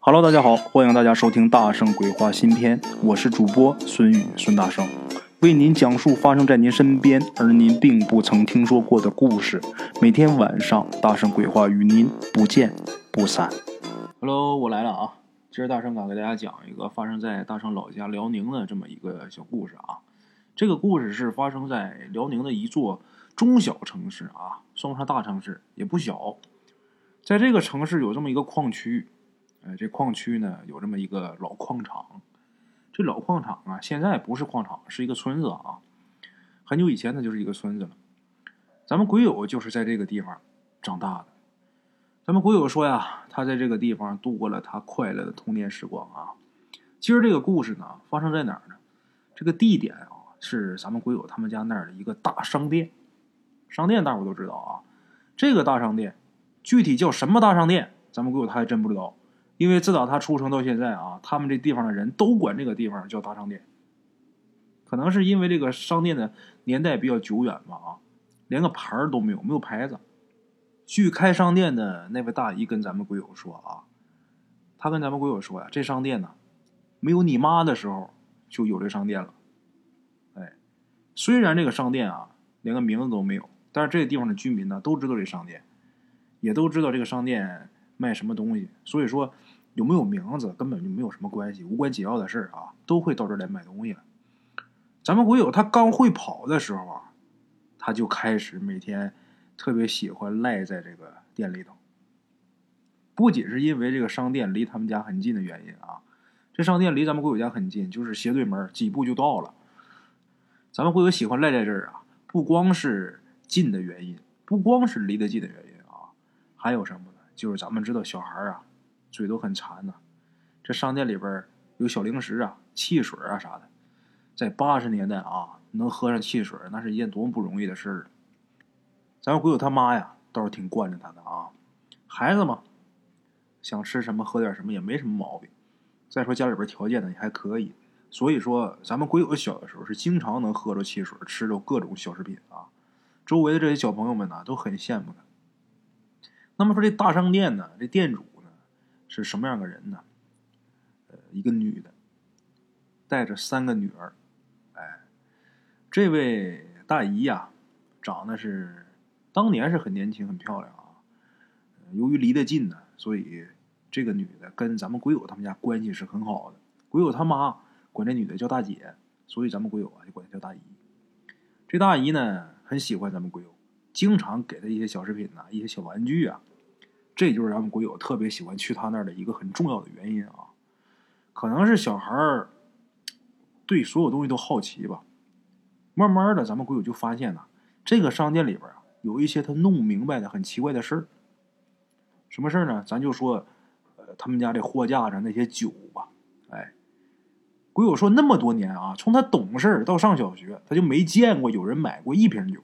Hello， 大家好，欢迎大家收听大圣鬼话新篇，我是主播孙宇，孙大圣，为您讲述发生在您身边而您并不曾听说过的故事。每天晚上大圣鬼话与您不见不散。Hello， 我来了啊！今儿大圣给大家讲一个发生在大圣老家辽宁的这么一个小故事啊。这个故事是发生在辽宁的一座中小城市啊，算不上大城市，也不小。在这个城市有这么一个矿区。这矿区呢有这么一个老矿场，这老矿场啊现在不是矿场，是一个村子啊。很久以前呢就是一个村子了。咱们鬼友就是在这个地方长大的。咱们鬼友说呀，他在这个地方度过了他快乐的童年时光啊。今儿这个故事呢发生在哪儿呢？这个地点啊是咱们鬼友他们家那儿的一个大商店。商店大伙都知道啊，这个大商店具体叫什么大商店，咱们鬼友他还真不知道。因为自打他出生到现在啊，他们这地方的人都管这个地方叫大商店。可能是因为这个商店的年代比较久远吧啊，连个牌都没有，没有牌子。据开商店的那位大姨跟咱们鬼友说啊，他跟咱们鬼友说呀，这商店呢，没有你妈的时候就有这商店了。哎，虽然这个商店啊连个名字都没有，但是这个地方的居民呢都知道这商店，也都知道这个商店卖什么东西，所以说有没有名字根本就没有什么关系，无关紧要的事啊，都会到这儿来买东西了。咱们鬼友他刚会跑的时候啊，他就开始每天特别喜欢赖在这个店里头。不仅是因为这个商店离他们家很近的原因啊，这商店离咱们鬼友家很近，就是斜对门几步就到了。咱们鬼友喜欢赖在这儿啊，不光是近的原因，不光是离得近的原因啊，还有什么呢？就是咱们知道小孩啊嘴都很馋呐，这商店里边有小零食啊、汽水啊啥的。在80年代啊，能喝上汽水那是一件多么不容易的事儿。咱们鬼友他妈呀倒是挺惯着他的啊，孩子嘛想吃什么喝点什么也没什么毛病。再说家里边条件呢也还可以，所以说咱们鬼友小的时候是经常能喝着汽水，吃着各种小食品啊。周围的这些小朋友们呢都很羡慕他。那么说这大商店呢，这店主呢是什么样的人呢？一个女的，带着3个女儿。哎，这位大姨呀，长得是当年是很年轻很漂亮啊。由于离得近呢，所以这个女的跟咱们鬼友他们家关系是很好的。鬼友他妈管这女的叫大姐，所以咱们鬼友啊就管她叫大姨。这大姨呢很喜欢咱们鬼友，经常给她一些小食品啊，一些小玩具啊。这就是咱们鬼友特别喜欢去他那儿的一个很重要的原因啊。可能是小孩儿对所有东西都好奇吧。慢慢的咱们鬼友就发现呢，这个商店里边啊有一些他弄不明白的很奇怪的事儿。什么事儿呢？咱就说他们家这货架上那些酒吧。哎，鬼友说那么多年啊，从他懂事到上小学，他就没见过有人买过1瓶酒。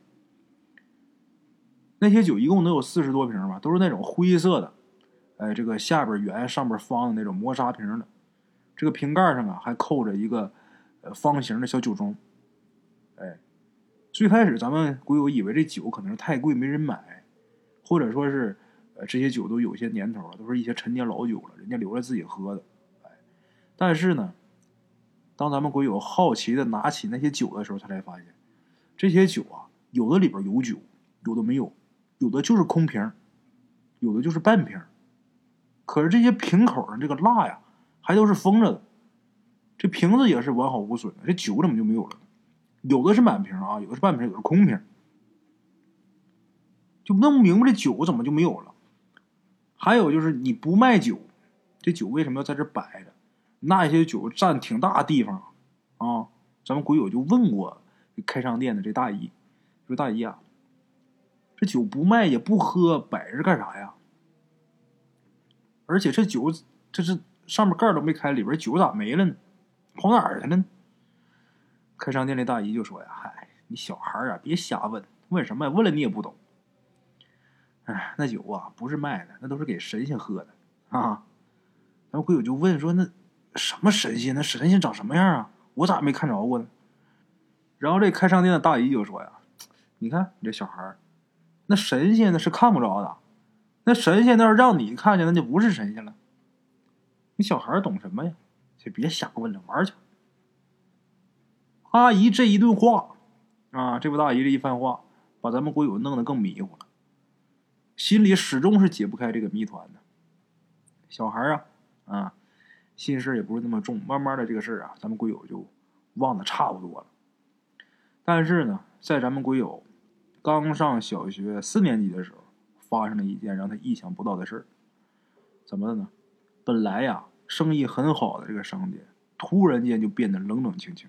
那些酒一共能有40多瓶吧，都是那种灰色的，这个下边圆上边方的那种磨砂瓶的。这个瓶盖上啊还扣着一个方形的小酒盅。哎，最开始咱们鬼友以为这酒可能是太贵没人买，或者说是这些酒都有些年头了，都是一些陈年老酒了，人家留着自己喝的。哎，但是呢，当咱们鬼友好奇的拿起那些酒的时候，他才发现这些酒啊，有的里边有酒，有的没有，有的就是空瓶，有的就是半瓶。可是这些瓶口上这个蜡呀还都是封着的，这瓶子也是完好无损的，这酒怎么就没有了呢？有的是满瓶啊，有的是半瓶，有的是空瓶，就弄不明白这酒怎么就没有了。还有就是你不卖酒，这酒为什么要在这摆着？那些酒占挺大地方啊。咱们鬼友就问过开商店的这大姨，说大姨啊，这酒不卖也不喝，摆着干啥呀？而且这酒这是上面盖都没开，里边酒咋没了呢？跑哪儿去了呢？开商店的大姨就说呀，嗨，你小孩啊别瞎问，问什么呀？问了你也不懂。哎，那酒啊不是卖的，那都是给神仙喝的啊。咱们鬼友就问说，那什么神仙？那神仙长什么样啊？我咋没看着过呢？然后这开商店的大姨就说呀，你看你这小孩，那神仙那是看不着的，那神仙那要让你看见，那就不是神仙了。 你小孩懂什么呀？就别瞎问了，玩去。阿姨这一顿话啊，这位大姨这一番话，把咱们鬼友弄得更迷糊了，心里始终是解不开这个谜团的。小孩啊，心事也不是那么重，慢慢的这个事啊，咱们鬼友就忘得差不多了。但是呢，在咱们鬼友刚上小学4年级的时候，发生了一件让他意想不到的事儿。怎么的呢？本来呀，生意很好的这个商店，突然间就变得冷冷清清。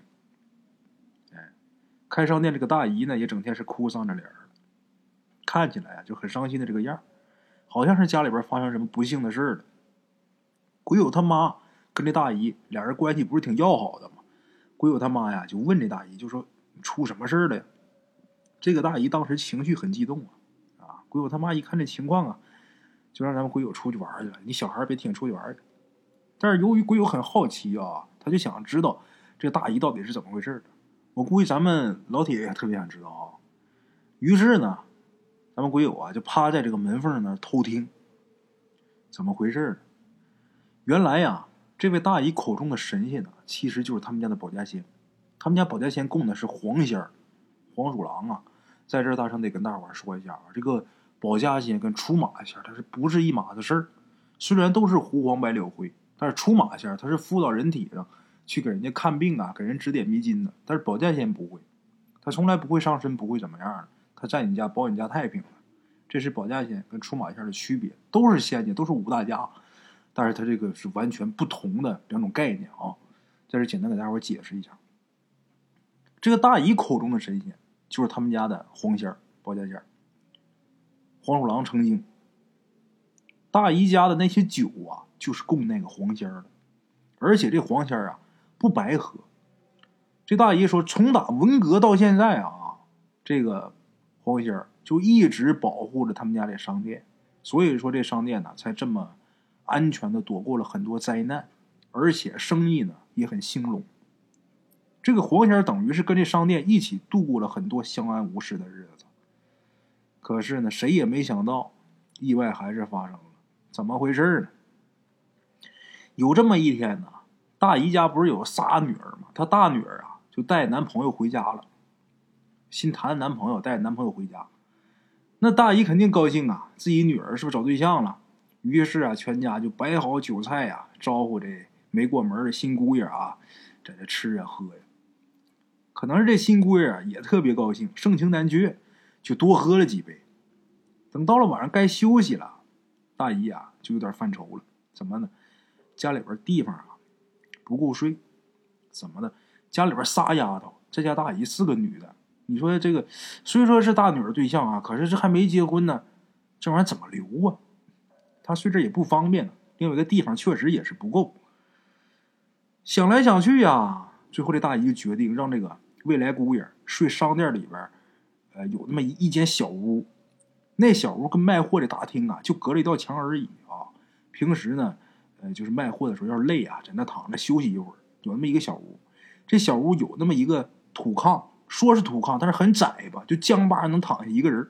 开商店这个大姨呢，也整天是哭丧着脸儿，看起来就很伤心的这个样，好像是家里边发生什么不幸的事了。鬼友他妈跟这大姨俩人关系不是挺要好的吗？鬼友他妈呀就问这大姨，就说你出什么事了呀？这个大姨当时情绪很激动鬼友他妈一看这情况就让咱们鬼友出去玩去了。你小孩别听，出去玩去。但是由于鬼友很好奇他就想知道这大姨到底是怎么回事的。我估计咱们老铁也特别想知道于是呢，咱们鬼友就趴在这个门缝那儿偷听。怎么回事呢？原来这位大姨口中的神仙其实就是他们家的保家仙。他们家保家仙供的是黄仙儿，黄鼠狼在这儿大圣得跟大伙儿说一下这个保家仙跟出马仙它是不是一码子事儿？虽然都是胡黄白柳灰，但是出马仙它是附到人体上去给人家看病给人指点迷津的。但是保家仙不会，他从来不会上身，不会怎么样的，他在你家保你家太平了。这是保家仙跟出马仙的区别，都是仙家，都是五大家，但是他这个是完全不同的两种概念在这简单给大伙解释一下。这个大姨口中的神仙就是他们家的黄仙儿，保家仙儿，黄鼠狼成精。大姨家的那些酒就是供那个黄仙儿的，而且这黄仙儿不白喝。这大姨说，从打文革到现在这个黄仙儿就一直保护着他们家这商店，所以说这商店才这么安全的躲过了很多灾难，而且生意也很兴隆。这个黄仙儿等于是跟这商店一起度过了很多相安无事的日子。可是呢，谁也没想到，意外还是发生了。怎么回事呢？有这么一天大姨家不是有仨女儿吗？她大女儿就带男朋友回家了，新谈的男朋友带男朋友回家。那大姨肯定高兴自己女儿是不是找对象了？于是全家就摆好酒菜招呼这没过门的新姑爷在这吃喝呀。可能是这新姑爷也特别高兴，盛情难却，就多喝了几杯。等到了晚上该休息了，大姨就有点犯愁了。怎么呢？家里边地方不够睡。怎么的？家里边仨丫头，这家大姨4个女的。你说这个虽说是大女儿对象可是这还没结婚呢，这玩意儿怎么留她睡这也不方便另外一个地方确实也是不够。想来想去最后这大姨就决定让这个未来姑爷睡商店里边有那么一间小屋。那小屋跟卖货的大厅就隔了一道墙而已平时呢就是卖货的时候要是累在那躺着休息一会儿，有那么一个小屋。这小屋有那么一个土炕，说是土炕但是很窄吧，就将巴能躺下一个人。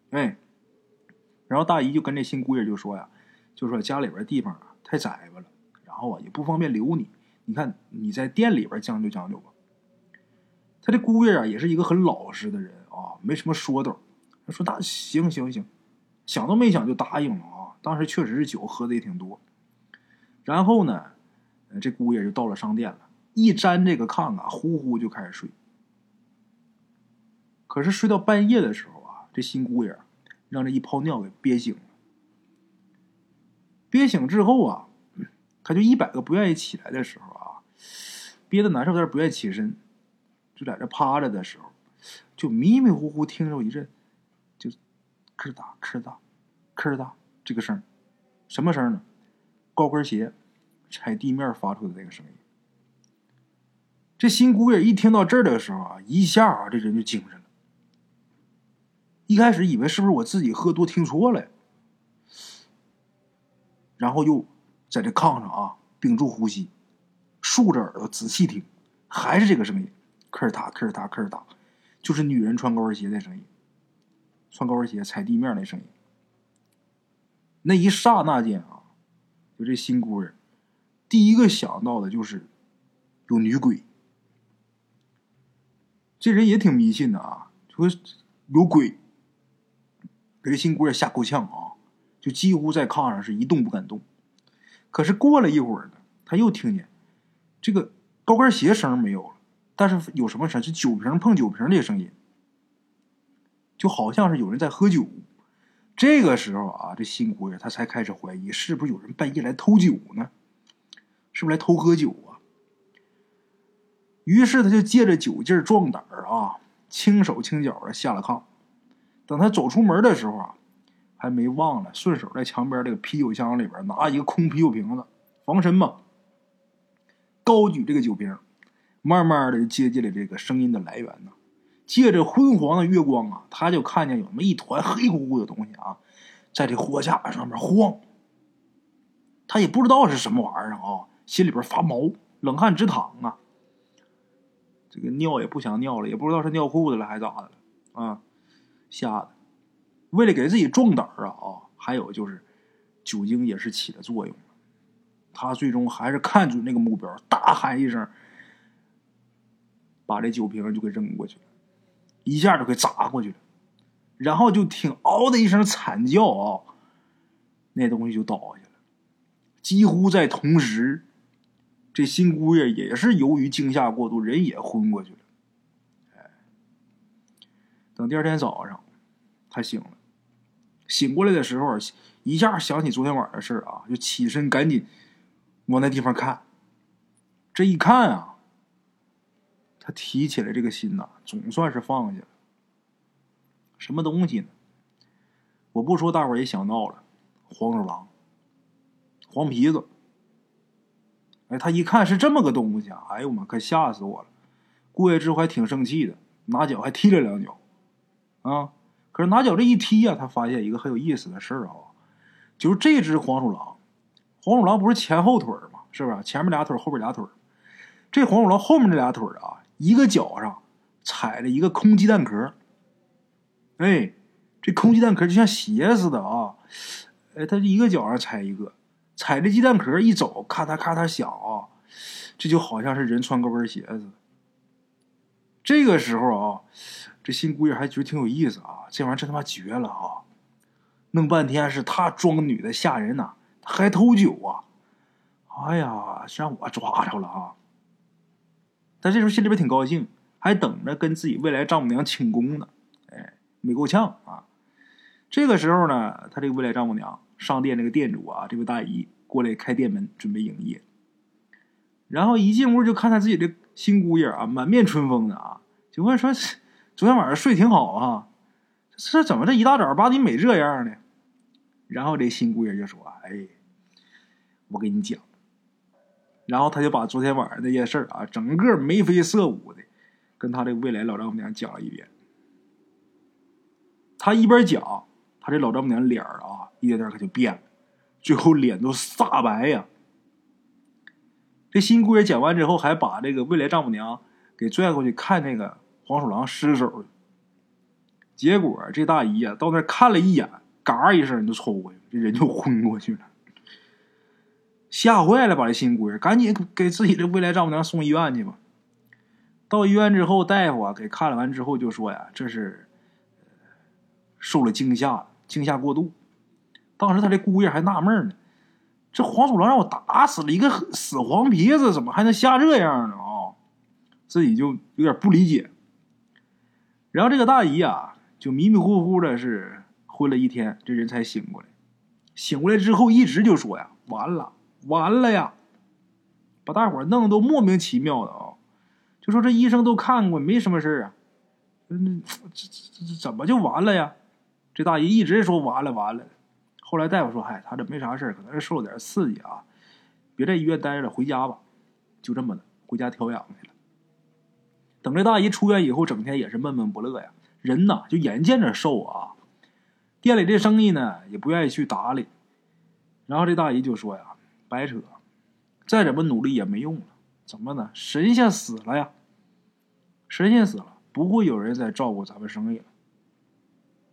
然后大姨就跟这新姑爷就说家里边地方太窄吧了，然后也不方便留你，你看你在店里边将就将就吧。他这姑爷也是一个很老实的人没什么说道。他说那行，想都没想就答应了当时确实是酒喝的也挺多。然后呢这姑爷就到了商店了，一沾这个炕呼呼就开始睡。可是睡到半夜的时候这新姑爷让这一泡尿给憋醒了。憋醒之后他就100个不愿意起来的时候憋得难受，但是不愿意起身，就在这趴着的时候，就迷迷糊糊听着一阵就吭哒吭哒吭哒这个声。什么声呢？高跟鞋踩地面发出的这个声音。这新姑爷一听到这儿的时候一下这人就精神了。一开始以为是不是我自己喝多听错了，然后又在这炕上屏住呼吸，竖着耳朵仔细听，还是这个声音，吭哒吭哒吭哒，就是女人穿高跟鞋的声音，穿高跟鞋踩地面那声音。那一刹那间就这新姑爷第一个想到的就是有女鬼。这人也挺迷信的啊，说有鬼，给这新姑爷吓够呛啊，就几乎在炕上是一动不敢动。可是过了一会儿呢，他又听见这个高跟鞋声没有了，但是有什么声？是酒瓶碰酒瓶的声音，就好像是有人在喝酒。这个时候啊，这新姑爷他才开始怀疑，是不是有人半夜来偷酒呢？是不是来偷喝酒啊？于是他就借着酒劲儿壮胆儿啊，轻手轻脚的下了炕。等他走出门的时候啊，还没忘了顺手在墙边这个啤酒箱里边拿一个空啤酒瓶子防身嘛，高举这个酒瓶，慢慢的接近了这个声音的来源呢。借着昏黄的月光啊，他就看见有那么一团黑乎乎的东西啊，在这货架上面晃。他也不知道是什么玩意儿啊，心里边发毛，冷汗直淌啊。这个尿也不想尿了，也不知道是尿裤子了还咋的了啊，吓得。为了给自己壮胆啊，还有就是酒精也是起了作用了。他最终还是看准那个目标，大喊一声，把这酒瓶就给扔过去了，一下就给砸过去了。然后就听嗷的一声惨叫啊，那东西就倒下了。几乎在同时，这新姑爷也是由于惊吓过度，人也昏过去了。等第二天早上，他醒了，醒过来的时候，一下想起昨天晚上的事啊，就起身赶紧往那地方看。这一看啊，他提起来这个心呐，总算是放下了。什么东西呢？我不说，大伙儿也想到了，黄鼠狼，黄皮子。哎，他一看是这么个东西啊，哎呦妈，可吓死我了！过去之后还挺生气的，拿脚还踢了2脚，啊！可是拿脚这一踢啊，他发现一个很有意思的事儿啊，就是这只黄鼠狼，黄鼠狼不是前后腿吗？是不是？前面俩腿，后边俩腿。这黄鼠狼后面这俩腿啊，一个脚上踩着一个空鸡蛋壳，哎，这空鸡蛋壳就像鞋似的啊，哎，他一个脚上踩一个。踩着鸡蛋壳一走，咔嗒咔嗒响啊，这就好像是人穿高跟鞋似的。这个时候啊，这新姑爷还觉得挺有意思啊，这玩意儿真他妈绝了啊！弄半天是他装女的吓人呐，他还偷酒啊！哎呀，让我抓着了啊！他这时候心里边挺高兴，还等着跟自己未来丈母娘请功呢。哎，没够呛啊！这个时候呢，他这个未来丈母娘上店这个店主啊，这位大姨过来开店门准备营业，然后一进屋就看他自己这新姑爷啊，满面春风的啊，就问说：“昨天晚上睡挺好啊，这怎么这一大早把你美这样呢？”然后这新姑爷就说：“哎，我给你讲。”然后他就把昨天晚上那件事啊，整个眉飞色舞的跟他这个未来老丈母娘讲了一遍。他一边讲，他这老丈母娘脸啊一点点可就变了，最后脸都煞白呀。这新姑爷讲完之后，还把这个未来丈母娘给拽过去看那个黄鼠狼尸首。结果这大姨啊到那看了一眼，嘎一声就抽过去，这人就昏过去了，吓坏了，把这新姑爷赶紧给自己的未来丈母娘送医院去吧。到医院之后，大夫啊给看了完之后就说呀，这是受了惊吓，惊吓过度。当时他这姑爷还纳闷呢，这黄鼠狼让我打死了一个死黄皮子，怎么还能吓这样呢啊？自己就有点不理解。然后这个大姨啊，就迷迷糊糊的是昏了一天，这人才醒过来。醒过来之后一直就说呀，完了完了呀，把大伙弄得都莫名其妙的啊，就说这医生都看过，没什么事啊，这怎么就完了呀？这大姨一直说完了完了。后来大夫说，嗨，他这没啥事，可能是受了点刺激啊，别在医院待着了，回家吧。就这么的，回家调养去了。等这大姨出院以后，整天也是闷闷不乐呀，人呐就眼见着瘦啊，店里这生意呢也不愿意去打理。然后这大姨就说呀，白扯，再怎么努力也没用了。怎么呢？神仙死了呀，神仙死了，不会有人再照顾咱们生意了。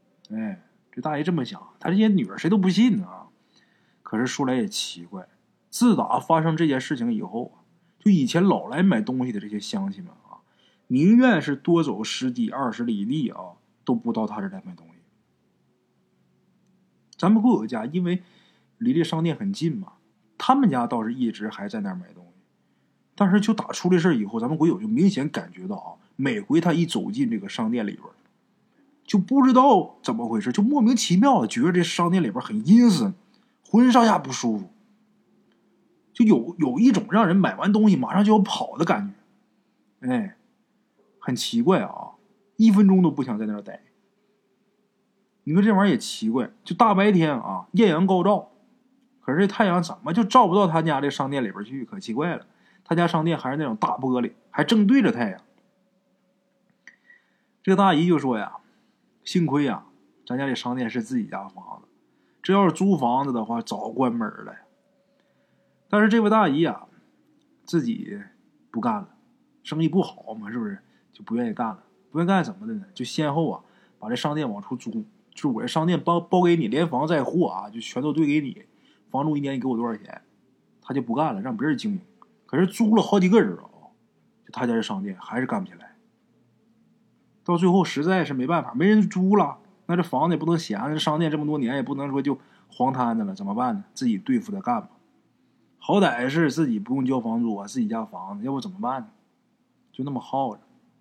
哎，这大爷这么想，他这些女儿谁都不信啊。可是说来也奇怪， 自打发生这件事情以后啊，就以前老来买东西的这些乡亲们啊，宁愿是多走10几20里地啊，都不到他这来买东西。咱们国有家因为离这商店很近嘛，他们家倒是一直还在那儿买东西。但是就打出这事以后，咱们国有就明显感觉到啊，每回他一走进这个商店里边，就不知道怎么回事，就莫名其妙的觉得这商店里边很阴森，浑身上下不舒服，就有一种让人买完东西马上就要跑的感觉。哎，很奇怪啊，1分钟都不想在那儿待。你说这玩意儿也奇怪，就大白天啊，艳阳高照，可是这太阳怎么就照不到他家这商店里边去，可奇怪了。他家商店还是那种大玻璃，还正对着太阳。这个大姨就说呀，幸亏呀，咱家这商店是自己家房子，这要是租房子的话，早关门了。但是这位大姨呀，自己不干了，生意不好嘛，是不是就不愿意干了？不愿意干怎么的呢？就先后啊，把这商店往出租，就是我这商店包给你，连房带货啊，就全都兑给你，房租1年你给我多少钱？他就不干了，让别人经营。可是租了好几个人啊，就他家这商店还是干不起来。到最后实在是没办法，没人租了，那这房子也不能闲，这商店这么多年也不能说就黄摊子了，怎么办呢？自己对付着干吧。好歹是自己不用交房租啊，自己家房子，要不怎么办呢？就那么耗着。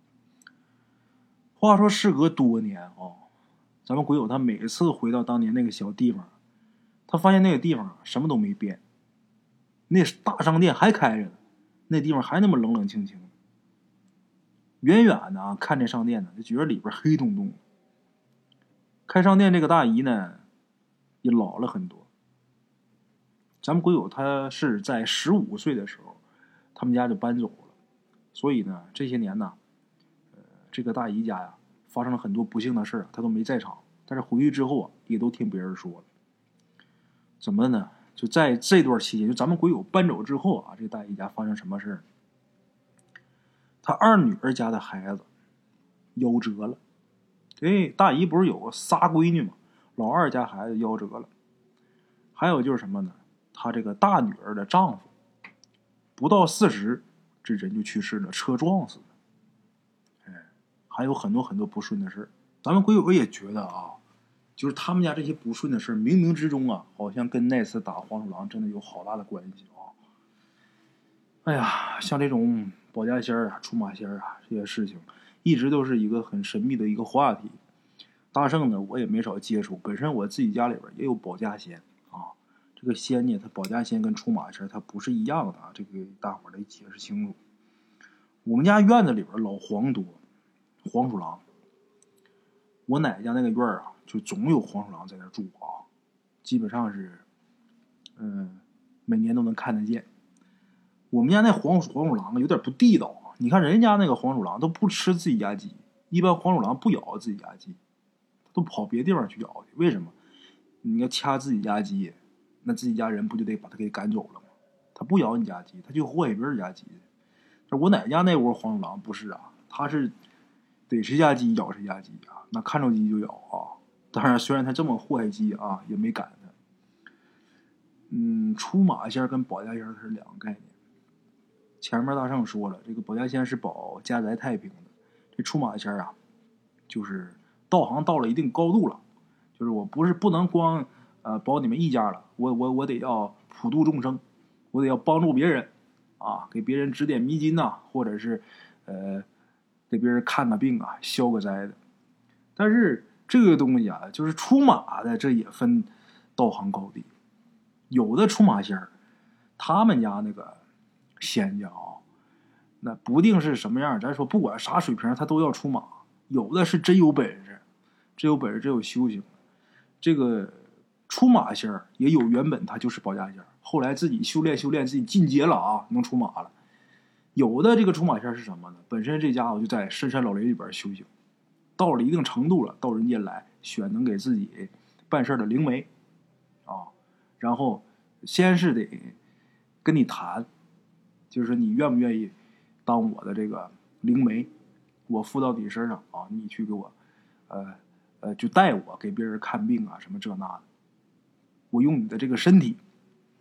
话说事隔多年啊，咱们鬼友他每次回到当年那个小地方，他发现那个地方什么都没变，那大商店还开着呢，那地方还那么冷冷清清。远远的啊，看这商店呢，就觉得里边黑洞洞。开商店这个大姨呢，也老了很多。咱们鬼友他是在15岁的时候，他们家就搬走了，所以呢，这些年呢，这个大姨家呀，发生了很多不幸的事，他都没在场。但是回去之后啊，也都听别人说了。怎么呢？就在这段期间，就咱们鬼友搬走之后啊，这大姨家发生什么事？他二女儿家的孩子夭折了。对，大姨不是有个仨闺女吗？老二家孩子夭折了。还有就是什么呢？他这个大女儿的丈夫不到40，这人就去世了，车撞死的。哎，还有很多很多不顺的事。咱们鬼友也觉得啊，就是他们家这些不顺的事，冥冥之中啊，好像跟那次打黄鼠狼真的有好大的关系啊。哎呀，像这种保家仙啊、出马仙啊这些事情，一直都是一个很神秘的一个话题。大圣呢，我也没少接触，本身我自己家里边也有保家仙啊。这个仙呢，它保家仙跟出马仙它不是一样的啊，这个大伙儿得解释清楚。我们家院子里边老黄多，黄鼠狼。我奶奶家那个院儿啊，就总有黄鼠狼在那住啊，基本上是，每年都能看得见。我们家那黄鼠狼有点不地道啊！你看人家那个黄鼠狼都不吃自己家鸡，一般黄鼠狼不咬自己家鸡，都跑别地方去咬去。为什么？你要掐自己家鸡，那自己家人不就得把它给赶走了吗？他不咬你家鸡，他就祸害别人家鸡。这我奶家那窝黄鼠狼不是啊，他是逮谁家鸡咬谁家鸡啊，那看着鸡就咬啊。当然，虽然他这么祸害鸡啊，也没赶他。出马仙跟保家仙它是两个概念。前面大圣说了，这个保家仙是保家宅太平的，这出马仙啊，就是道行到了一定高度了，就是我不能光保你们一家了，我得要普度众生，我得要帮助别人啊，给别人指点迷津呐，或者是给别人看个病啊，消个灾的。但是这个东西啊，就是出马的，这也分道行高低。有的出马仙儿，他们家那个仙家啊，那不定是什么样。咱说不管啥水平，他都要出马。有的是真有本事，真有本事，真有修行。这个出马仙儿也有原本他就是保家仙儿，后来自己修炼，自己进阶了啊，能出马了。有的这个出马仙儿是什么呢？本身这家伙就在深山老林里边修行，到了一定程度了，到人间来选能给自己办事的灵媒啊，然后先是得跟你谈，就是说你愿不愿意当我的这个灵媒，我附到你身上啊，你去给我就带我给别人看病啊什么这那的，我用你的这个身体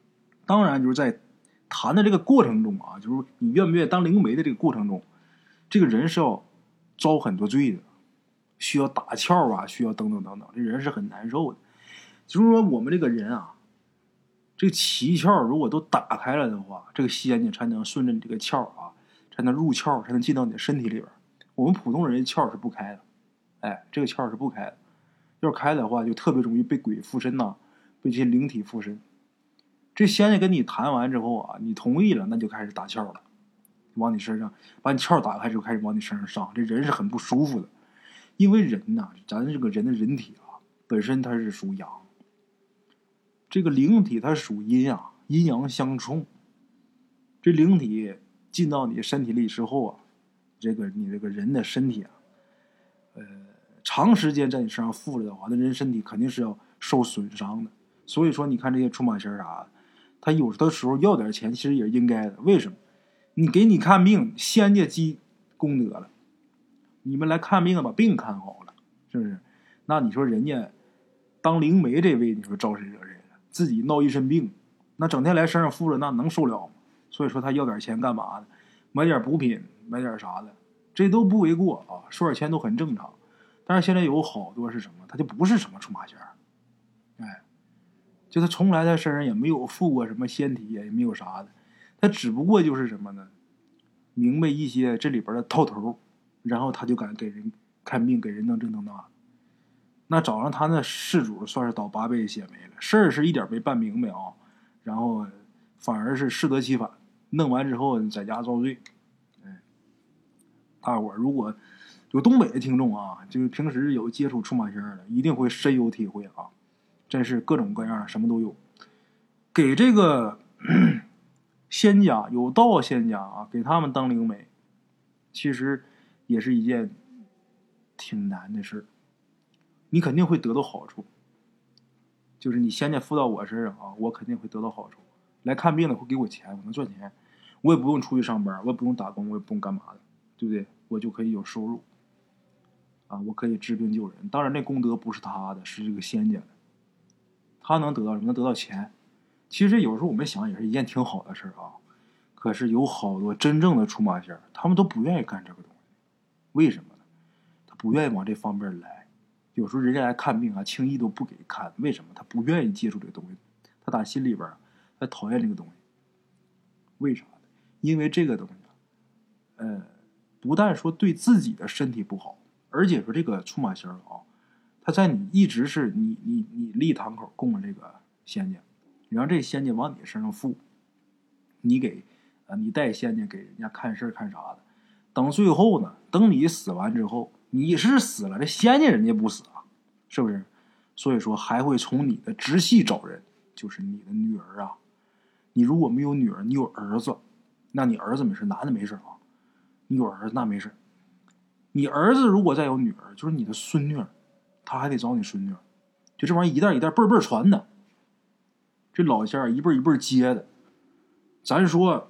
当然就是在谈的这个过程中啊，就是你愿不愿意当灵媒的这个过程中，这个人是要遭很多罪的，需要打窍啊，需要等等等等，这人是很难受的。就是说我们这个人啊，这个七窍如果都打开了的话，这个仙家才能顺着你这个窍啊，才能入窍，才能进到你的身体里边。我们普通人窍是不开的，哎，这个窍是不开的。要是开的话，就特别容易被鬼附身呐，被这些灵体附身。这仙家跟你谈完之后啊，你同意了，那就开始打窍了，往你身上把你窍打开之后，开始往你身上上。这人是很不舒服的，因为人呐，咱这个人的人体啊，本身它是属阳，这个灵体它属阴啊，阴阳相冲。这灵体进到你身体里之后啊，你这个人的身体啊，长时间在你身上附着的话，那人身体肯定是要受损伤的。所以说，你看这些出马仙啥的，他有的时候要点钱，其实也是应该的。为什么？你给你看病，仙家积功德了，你们来看病了，把病看好了，是不是？那你说人家当灵媒这位，你说招谁惹谁了？自己闹一身病，那整天来身上附着，那能受了吗？所以说他要点钱干嘛呢？买点补品，买点啥的，这都不为过啊，收点钱都很正常。但是现在有好多是什么？他就不是什么出马仙儿，哎，就他从来在身上也没有附过什么仙体，也没有啥的，他只不过就是什么呢？明白一些这里边的套头，然后他就敢给人看病，给人弄这弄那。那找上他那事主，算是倒八辈子血霉了，事儿是一点没办明白啊，然后反而是适得其反，弄完之后在家遭罪。哎，大伙儿如果有东北的听众啊，就是平时有接触出马仙的，一定会深有体会啊！真是各种各样，什么都有。给这个仙家有道仙家啊，给他们当灵媒，其实也是一件挺难的事儿。你肯定会得到好处，就是你仙家附到我身上啊，我肯定会得到好处。来看病的会给我钱，我能赚钱，我也不用出去上班，我也不用打工，我也不用干嘛的，对不对？我就可以有收入。啊，我可以治病救人。当然，那功德不是他的，是这个仙家的。他能得到什么？能得到钱。其实有时候我们想，也是一件挺好的事啊。可是有好多真正的出马仙，他们都不愿意干这个东西。为什么呢？他不愿意往这方面来。有时候人家来看病啊，轻易都不给看。为什么？他不愿意接触这个东西。他打心里边他讨厌这个东西。为啥呢？因为这个东西不但说对自己的身体不好。而且说这个出马仙啊，他在你一直是你立堂口供了这个仙家，然后这仙家往你身上附，你给你带仙家给人家看事看啥的，等最后呢，等你死完之后，你是死了，这仙家人家不死啊，是不是？所以说还会从你的直系找人，就是你的女儿啊。你如果没有女儿，你有儿子，那你儿子没事，男的没事啊，你有儿子那没事。你儿子如果再有女儿，就是你的孙女儿，他还得找你孙女儿，就这玩意儿一代一代辈辈传的，这老仙一辈一辈接的。咱说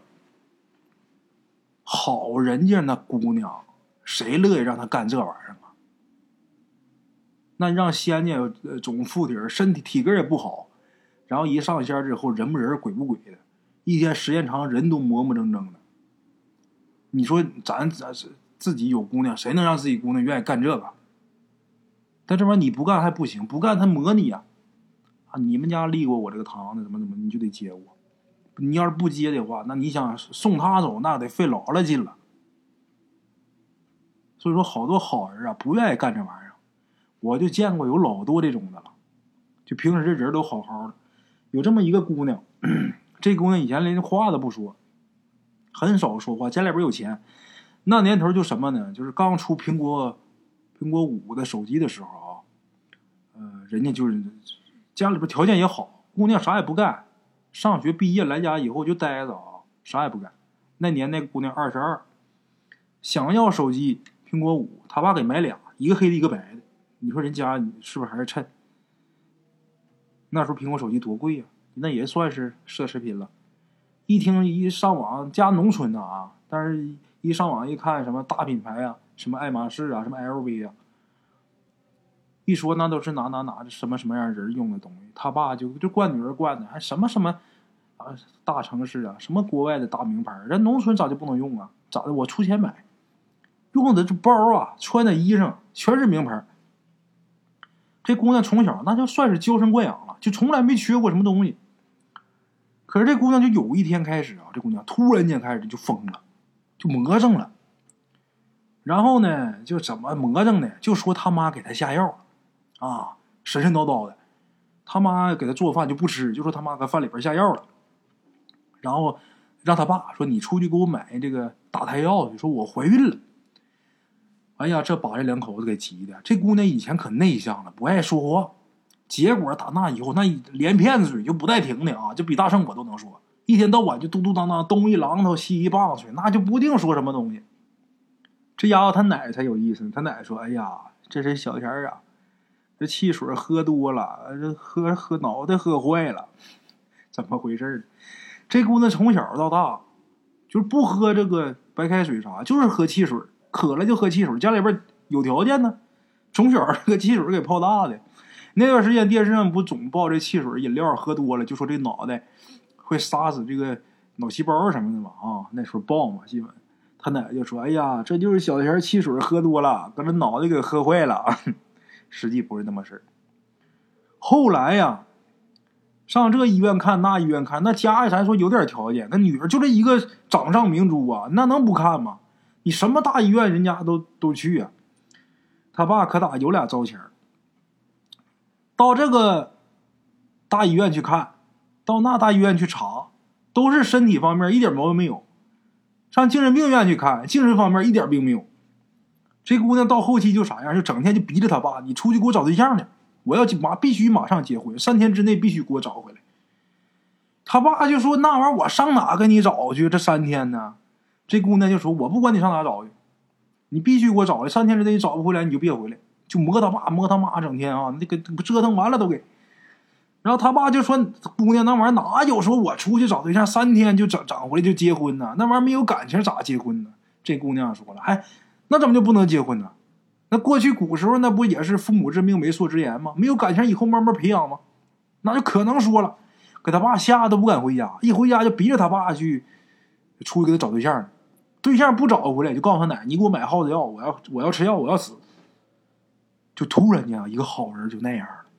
好人家那姑娘，谁乐意让她干这玩意儿啊？那让仙家总附体，身体体格也不好，然后一上仙之后，人不人鬼不鬼的，一天时间长，人都磨磨蹭蹭的。你说咱自己有姑娘，谁能让自己姑娘愿意干这个？但这玩意儿你不干还不行，不干他磨你呀！啊，你们家立过我这个堂子，怎么你就得接我。你要是不接的话，那你想送他走，那得费老了劲了。所以说，好多好人啊，不愿意干这玩意儿。我就见过有老多这种的了，就平时这人都好好的，有这么一个姑娘，这姑娘以前连话都不说，很少说话，家里边有钱。那年头就什么呢？就是刚出苹果5的手机的时候啊，人家就是家里边条件也好，姑娘啥也不干，上学毕业来家以后就待着啊，啥也不干。那年那个姑娘22，想要手机苹果5，他爸给买俩，一个黑的，一个白的。你说人家是不是还是趁？那时候苹果手机多贵呀，那也算是奢侈品了。一上网，家农村的啊，但是一上网一看，什么大品牌啊，什么爱马仕啊，什么 LV 啊，一说那都是哪什么样人用的东西。他爸就惯女儿惯的，还什么啊，大城市啊，什么国外的大名牌，人农村咋就不能用啊？咋的？我出钱买，用的这包啊，穿的衣裳全是名牌。这姑娘从小那就算是娇生惯养了，就从来没缺过什么东西。可是这姑娘就有一天开始啊，这姑娘突然间开始就疯了，就魔怔了。然后呢，就怎么魔怔呢？就说他妈给她下药啊，神神叨叨的。他妈给她做饭就不吃，就说他妈搁饭里边下药了。然后让他爸说：“你出去给我买这个打胎药去，说我怀孕了。”哎呀，这把这两口子给急的。这姑娘以前可内向了，不爱说话，结果打那以后，那连片嘴就不带停的啊，就比大圣我都能说，一天到晚就嘟嘟当当，东一榔头西一棒槌，那就不定说什么东西。这丫头她奶才有意思，她奶说：“哎呀，这是小钱啊，这汽水喝多了，这喝脑袋喝坏了，怎么回事？”这姑娘从小到大就是不喝这个白开水啥，就是喝汽水，渴了就喝汽水。家里边有条件呢，从小这个汽水给泡大的。那段时间电视上不总报这汽水饮料喝多了，就说这脑袋会杀死这个脑细胞什么的嘛啊，那时候报嘛新闻。他奶奶就说：“哎呀，这就是小钱汽水喝多了，把这脑袋给喝坏了。”实际不是那么事儿。后来呀，上这医院看那医院看，那家里咱说有点条件，那女儿就这一个掌上明珠啊，那能不看吗？你什么大医院人家都去啊。他爸可打有俩招钱，到这个大医院去看，到那大医院去查，都是身体方面一点毛病没有。上精神病院去看，精神方面一点病没有。这姑娘到后期就啥样，就整天就逼着他爸：“你出去给我找对象去，我要必须马上结婚，3天之内必须给我找回来。”他爸就说：“那玩意儿我上哪给你找去？这3天呢？”这姑娘就说：“我不管你上哪找去，你必须给我找来，3天之内你找不回来你就别回来。”就磨他爸磨他妈，整天啊，那个折腾完了都给。然后他爸就说：“姑娘，那玩意儿哪有说我出去找对象3天就找回来就结婚呢？那玩意儿没有感情咋结婚呢？”这姑娘说了：“哎，那怎么就不能结婚呢？那过去古时候那不也是父母之命媒妁之言吗？没有感情以后慢慢培养吗？那就可能说了。”给他爸吓得都不敢回家，一回家就逼着他爸去出去给他找对象，对象不找回来就告诉他奶：“你给我买耗子药，我要吃药，我要死。”就突然间一个好人就那样了。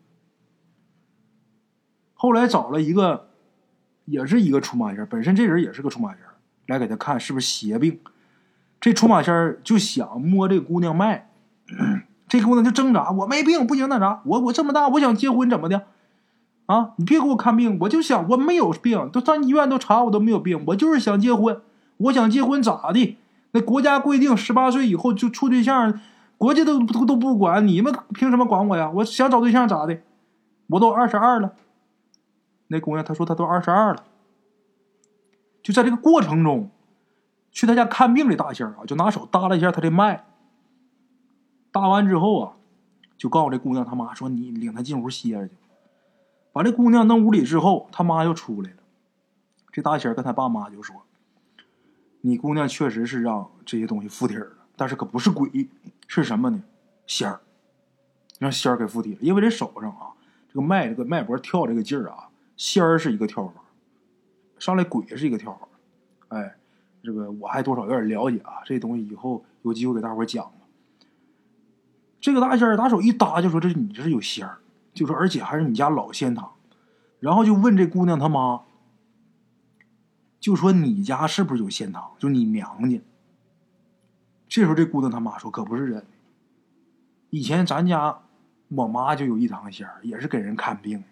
后来找了一个，也是一个出马仙，本身这人也是个出马仙，来给他看是不是邪病。这出马仙就想摸这个姑娘脉，这姑娘就挣扎：“我没病，不行那啥，我这么大，我想结婚怎么的？啊，你别给我看病，我就想我没有病，都上医院都查我都没有病，我就是想结婚，我想结婚咋的？那国家规定18岁以后就处对象，国家都不管，你们凭什么管我呀？我想找对象咋的？我都22了。”那姑娘她说她都22了。就在这个过程中，去他家看病的大仙啊，就拿手搭了一下他的脉。搭完之后啊，就告诉这姑娘他妈说：“你领她进屋歇着去。”把这姑娘弄屋里之后，他妈又出来了。这大仙跟他爸妈就说：“你姑娘确实是让这些东西附体了，但是可不是鬼，是什么呢？仙儿，让仙儿给附体了。因为这手上啊，这个脉搏跳这个劲儿啊，仙儿是一个跳法，上来鬼是一个跳法。哎，这个我还多少有点了解啊，这东西以后有机会给大伙讲。这个大仙儿拿手一搭就说：“你这是有仙儿。”就说而且还是你家老仙堂。然后就问这姑娘他妈，就说：“你家是不是有仙堂？就你娘家。”这时候这姑娘他妈说：“可不是人，以前咱家我妈就有一堂仙儿，也是给人看病。”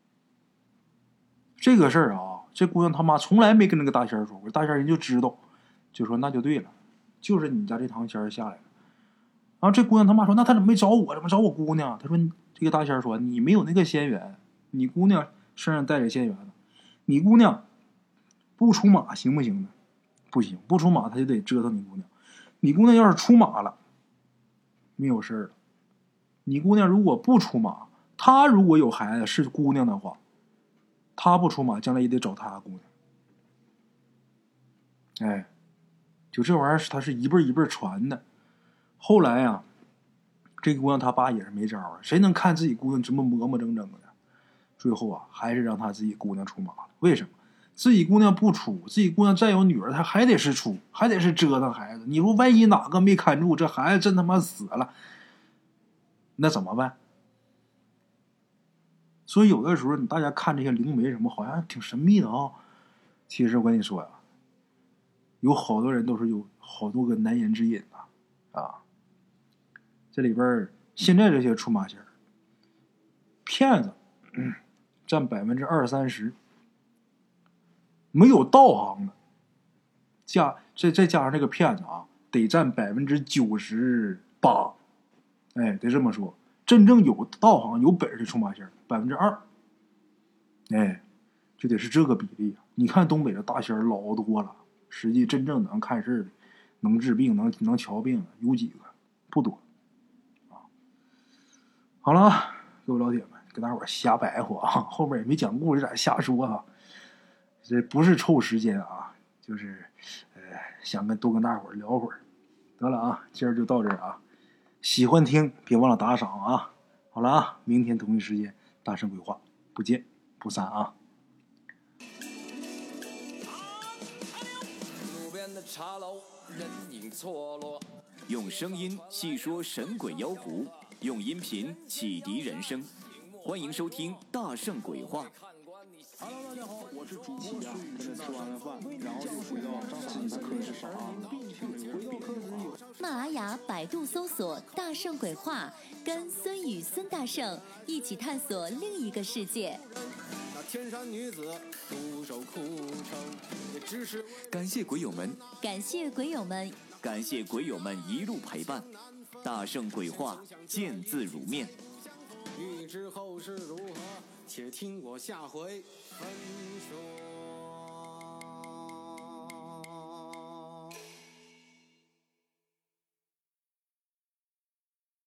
这个事儿啊，这姑娘他妈从来没跟那个大仙儿说过，大仙儿人就知道，就说那就对了，就是你家这堂仙儿下来了。然后这姑娘他妈说：“那他怎么没找我？怎么找我姑娘？”他说：“这个大仙儿说，你没有那个仙缘，你姑娘身上带着仙缘呢。你姑娘不出马行不行呢？不行，不出马他就得折腾你姑娘。你姑娘要是出马了，没有事儿了。你姑娘如果不出马，她如果有孩子是姑娘的话，她不出马，将来也得找她姑娘。哎，就这玩意儿，她是一辈一辈传的。后来呀，这姑娘她爸也是没招啊，谁能看自己姑娘这么磨磨整整的？最后啊，还是让她自己姑娘出马了。为什么？ 自己姑娘不处，自己姑娘再有女儿，她还得是处，还得是折腾孩子。你说万一哪个没看住，这孩子真他妈死了，那怎么办？所以有的时候大家看这些灵媒什么，好像挺神秘的啊。其实我跟你说呀，有好多人都是有好多个难言之隐啊。这里边现在这些出马仙儿，骗子占20-30%，没有道行的再加上这个骗子啊，得占98%。哎，得这么说，真正有道行、有本事的出马仙儿2%。哎，就得是这个比例啊！你看东北的大仙儿老多了，实际真正能看事的、能治病、能瞧病的有几个？不多啊。好了啊，各位老铁们，跟大伙儿瞎白活啊，后面也没讲故事，咋瞎说啊？这不是凑时间啊，就是想多跟大伙儿聊会儿。得了啊，今儿就到这儿啊。喜欢听别忘了打赏啊！好了啊，明天同一时间大圣鬼话不见不散啊！ 路边的茶楼，人影错落。用声音细说神鬼妖狐，用音频启迪人生。欢迎收听《大圣鬼话》。 Hello， 大家好，我是主播孙宇。吃完了饭，然后就回到自己的课室上啊。 马拉雅、百度搜索“大圣鬼话”，跟孙宇、孙大圣一起探索另一个世界。 那天山女子独守空城，也只是感谢鬼友们， 感谢鬼友们， 感谢鬼友们一路陪伴。大圣鬼话，见字如面。欲知后事如何，且听我下回分说。